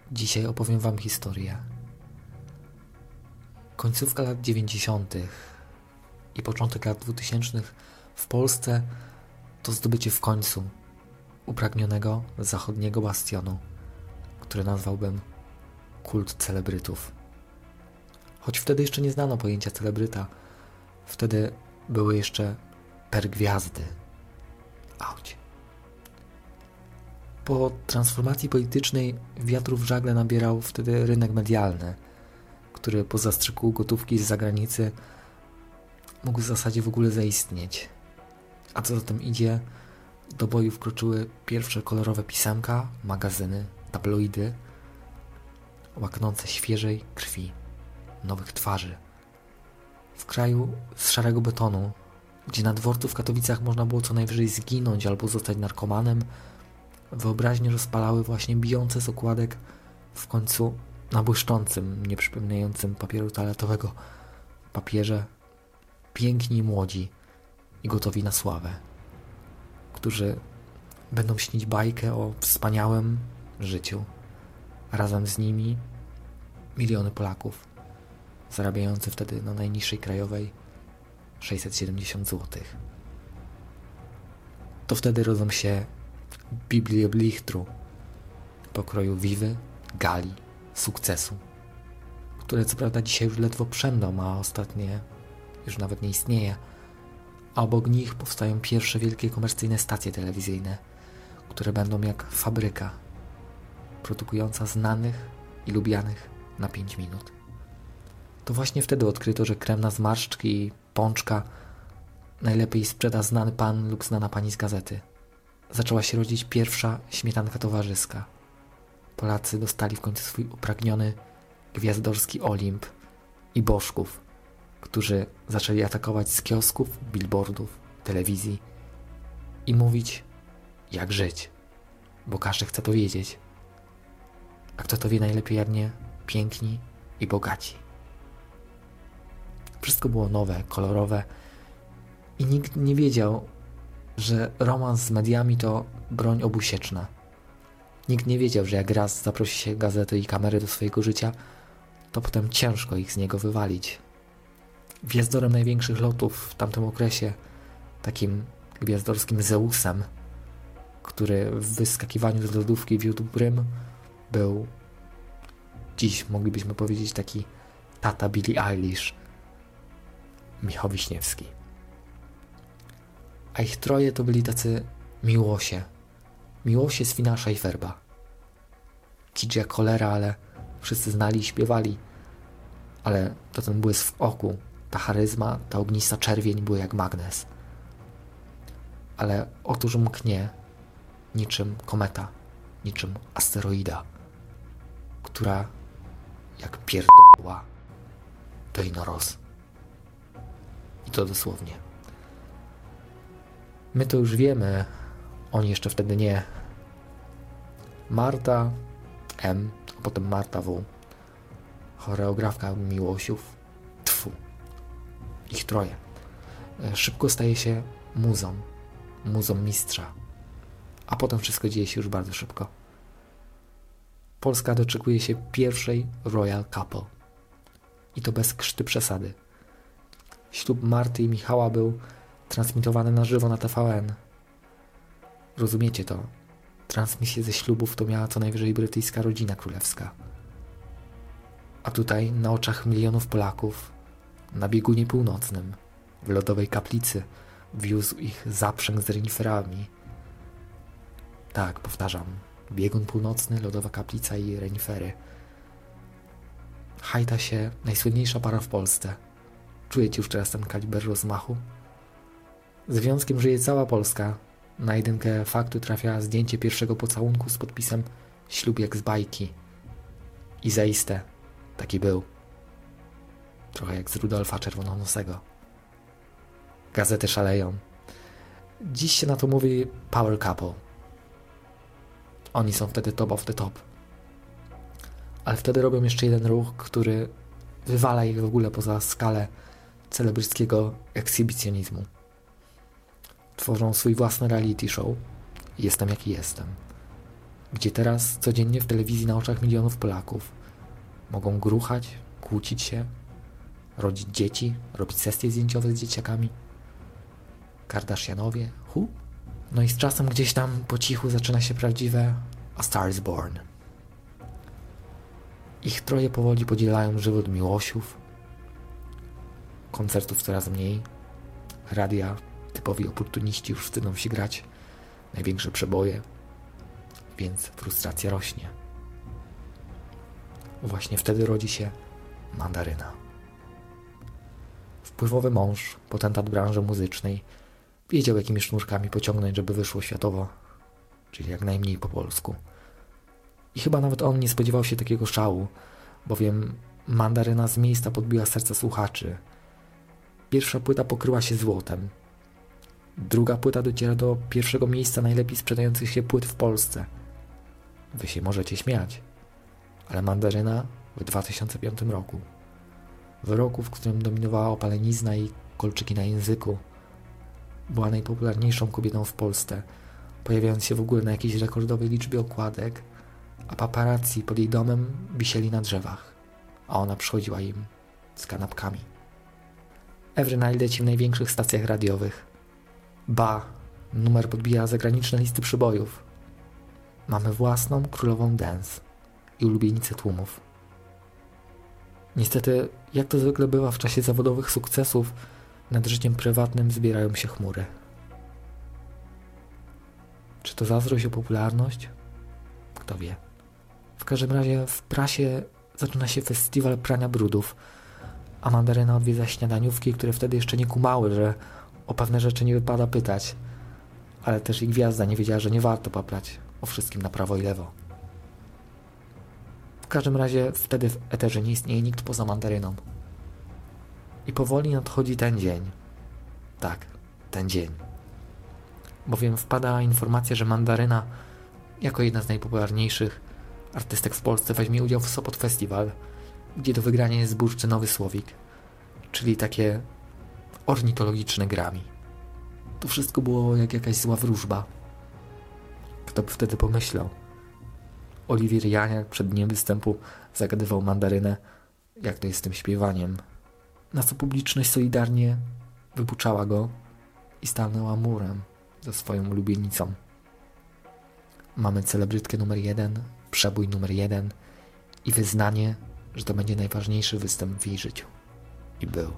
Dzisiaj opowiem wam historię. Końcówka lat 90. i początek lat 2000 w Polsce to zdobycie w końcu upragnionego zachodniego bastionu, który nazwałbym kult celebrytów. Choć wtedy jeszcze nie znano pojęcia celebryta, wtedy były jeszcze pergwiazdy. Auć. Po transformacji politycznej wiatru w żagle nabierał wtedy rynek medialny, który po zastrzyku gotówki z zagranicy mógł w zasadzie w ogóle zaistnieć. A co za tym idzie, do boju wkroczyły pierwsze kolorowe pisemka, magazyny, tabloidy, łaknące świeżej krwi, nowych twarzy. W kraju z szarego betonu, gdzie na dworcu w Katowicach można było co najwyżej zginąć albo zostać narkomanem, wyobraźnie rozpalały właśnie bijące z okładek w końcu na błyszczącym, nieprzypominającym papieru toaletowego papierze piękni i młodzi i gotowi na sławę, którzy będą śnić bajkę o wspaniałym życiu, a razem z nimi miliony Polaków zarabiający wtedy na najniższej krajowej 670 zł. To wtedy rodzą się biblioblichtru pokroju Vivy, Gali, Sukcesu, które co prawda dzisiaj już ledwo przędą, a ostatnie już nawet nie istnieje, a obok nich powstają pierwsze wielkie komercyjne stacje telewizyjne, które będą jak fabryka, produkująca znanych i lubianych na 5 minut. To właśnie wtedy odkryto, że krem na zmarszczki i pączka najlepiej sprzeda znany pan lub znana pani z gazety. Zaczęła się rodzić pierwsza śmietanka towarzyska. Polacy dostali w końcu swój upragniony gwiazdorski Olimp i bożków, którzy zaczęli atakować z kiosków, billboardów, telewizji i mówić, jak żyć, bo każdy chce to wiedzieć. A kto to wie najlepiej jak nie piękni i bogaci. Wszystko było nowe, kolorowe i nikt nie wiedział, że romans z mediami to broń obusieczna. Nikt nie wiedział, że jak raz zaprosi się gazety i kamery do swojego życia, to potem ciężko ich z niego wywalić. Gwiazdorem największych lotów w tamtym okresie, takim gwiazdorskim Zeusem, który w wyskakiwaniu z lodówki wiódł prym, był dziś moglibyśmy powiedzieć taki tata Billie Eilish, Michał Wiśniewski. A ich troje to byli tacy miłosie. Miłosie z Finasza i Ferba. Kicz jak cholera, ale wszyscy znali i śpiewali. Ale to ten błysk w oku, ta charyzma, ta ognista czerwień były jak magnes. Ale otóż mknie niczym kometa, niczym asteroida, która jak pierdolła to inoros. I to dosłownie. My to już wiemy, oni jeszcze wtedy nie. Marta M, a potem Marta W, choreografka Miłosiów, ich troje. Szybko staje się muzą mistrza, a potem wszystko dzieje się już bardzo szybko. Polska doczekuje się pierwszej Royal Couple i to bez krzty przesady. Ślub Marty i Michała był transmitowany na żywo na TVN. Rozumiecie to? Transmisję ze ślubów to miała co najwyżej brytyjska rodzina królewska. A tutaj na oczach milionów Polaków na biegunie północnym w lodowej kaplicy wiózł ich zaprzęg z reniferami. Tak, powtarzam, biegun północny, lodowa kaplica i renifery. Hajta się najsłynniejsza para w Polsce. Czujecie już teraz ten kaliber rozmachu? Związkiem żyje cała Polska. Na jedynkę faktu trafia zdjęcie pierwszego pocałunku z podpisem ślub jak z bajki. I zaiste, taki był. Trochę jak z Rudolfa Czerwononosego. Gazety szaleją. Dziś się na to mówi power couple. Oni są wtedy top of the top. Ale wtedy robią jeszcze jeden ruch, który wywala ich w ogóle poza skalę celebryckiego ekshibicjonizmu. Tworzą swój własny reality show. Jestem jaki jestem. gdzie teraz codziennie w telewizji na oczach milionów Polaków mogą gruchać, kłócić się, rodzić dzieci, robić sesje zdjęciowe z dzieciakami. Kardashianowie, No i z czasem gdzieś tam po cichu zaczyna się prawdziwe A Star is Born. Ich troje powoli podzielają żywot miłosiów, koncertów coraz mniej, radia, typowi oportuniści już wstydzą się grać największe przeboje, więc frustracja rośnie. Właśnie wtedy rodzi się Mandaryna. Wpływowy mąż, potentat branży muzycznej, wiedział, jakimi sznurkami pociągnąć, żeby wyszło światowo, czyli jak najmniej po polsku. I chyba nawet on nie spodziewał się takiego szału, bowiem Mandaryna z miejsca podbiła serca słuchaczy. Pierwsza płyta pokryła się złotem. Druga płyta dociera do pierwszego miejsca najlepiej sprzedających się płyt w Polsce. Wy się możecie śmiać, ale Mandaryna w 2005 roku, w roku, w którym dominowała opalenizna i kolczyki na języku, była najpopularniejszą kobietą w Polsce, pojawiając się w ogóle na jakiejś rekordowej liczbie okładek, a paparazzi pod jej domem wisieli na drzewach, a ona przychodziła im z kanapkami. Every Night leci w największych stacjach radiowych. Numer podbija zagraniczne listy przybojów. Mamy własną królową dance i ulubienicę tłumów. Niestety, jak to zwykle bywa w czasie zawodowych sukcesów, nad życiem prywatnym zbierają się chmury. Czy to zazdrość o popularność? Kto wie. W każdym razie w prasie zaczyna się festiwal prania brudów, a Mandaryna odwiedza śniadaniówki, które wtedy jeszcze nie kumały, że o pewne rzeczy nie wypada pytać, ale też i gwiazda nie wiedziała, że nie warto paplać o wszystkim na prawo i lewo. W każdym razie wtedy w eterze nie istnieje nikt poza Mandaryną. I powoli nadchodzi ten dzień. Tak, ten dzień. Bowiem wpada informacja, że Mandaryna, jako jedna z najpopularniejszych artystek w Polsce, weźmie udział w Sopot Festival, gdzie do wygrania jest bursztynowy słowik, czyli takie ornitologiczne Grammy. To wszystko było jak jakaś zła wróżba. Kto by wtedy pomyślał? Oliwier Janiak przed dniem występu zagadywał Mandarynę, jak to jest z tym śpiewaniem. Na co publiczność solidarnie wybuczała go i stanęła murem za swoją ulubienicą. Mamy celebrytkę numer 1, przebój numer 1 i wyznanie, że to będzie najważniejszy występ w jej życiu. I był.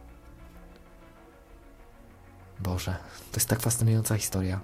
Boże, to jest tak fascynująca historia.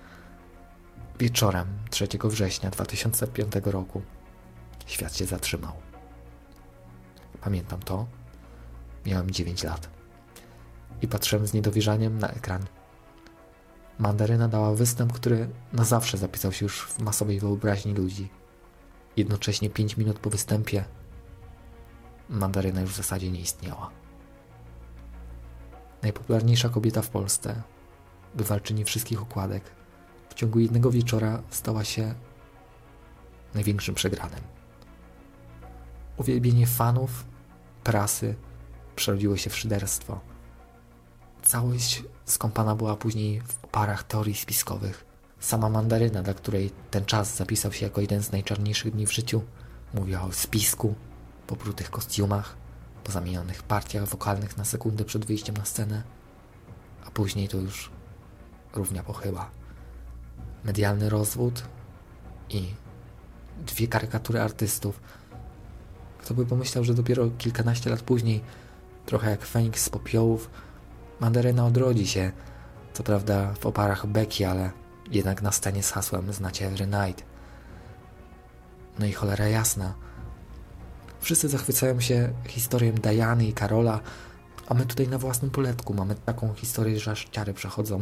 Wieczorem 3 września 2005 roku świat się zatrzymał. Pamiętam to. Miałem 9 lat. I patrzyłem z niedowierzaniem na ekran. Mandaryna dała występ, który na zawsze zapisał się już w masowej wyobraźni ludzi. Jednocześnie 5 minut po występie Mandaryna już w zasadzie nie istniała. Najpopularniejsza kobieta w Polsce, wywalczyni wszystkich okładek, w ciągu jednego wieczora stała się największym przegranym. Uwielbienie fanów, prasy przerodziło się w szyderstwo. Całość skąpana była później w oparach teorii spiskowych. Sama Mandaryna, dla której ten czas zapisał się jako jeden z najczarniejszych dni w życiu, mówiła o spisku, poprutych kostiumach, pozamienionych partiach wokalnych na sekundę przed wyjściem na scenę, a później to już równia pochyła. Medialny rozwód i 2 karykatury artystów. Kto by pomyślał, że dopiero kilkanaście lat później, trochę jak Feniks z popiołów, Mandaryna odrodzi się, co prawda w oparach beki, ale jednak na scenie z hasłem "Znacie Every Night". No i cholera jasna. Wszyscy zachwycają się historią Diany i Karola, a my tutaj na własnym poletku mamy taką historię, że aż ciary przechodzą.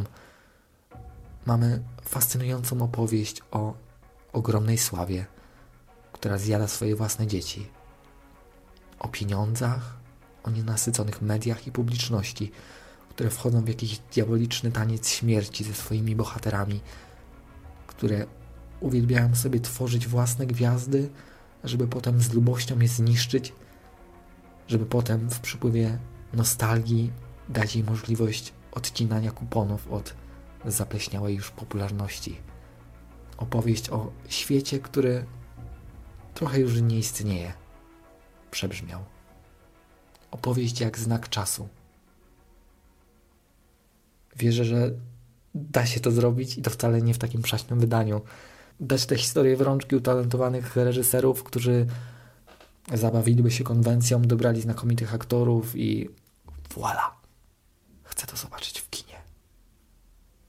Mamy fascynującą opowieść o ogromnej sławie, która zjada swoje własne dzieci. O pieniądzach, o nienasyconych mediach i publiczności, które wchodzą w jakiś diaboliczny taniec śmierci ze swoimi bohaterami, które uwielbiają sobie tworzyć własne gwiazdy, żeby potem z lubością je zniszczyć, żeby potem w przypływie nostalgii dać jej możliwość odcinania kuponów od zapleśniałej już popularności. Opowieść o świecie, który trochę już nie istnieje. Przebrzmiał. Opowieść jak znak czasu. Wierzę, że da się to zrobić i to wcale nie w takim przaśnym wydaniu. Dać tę historię w rączki utalentowanych reżyserów, którzy zabawiliby się konwencją, dobrali znakomitych aktorów i voilà. Chcę to zobaczyć w kinie.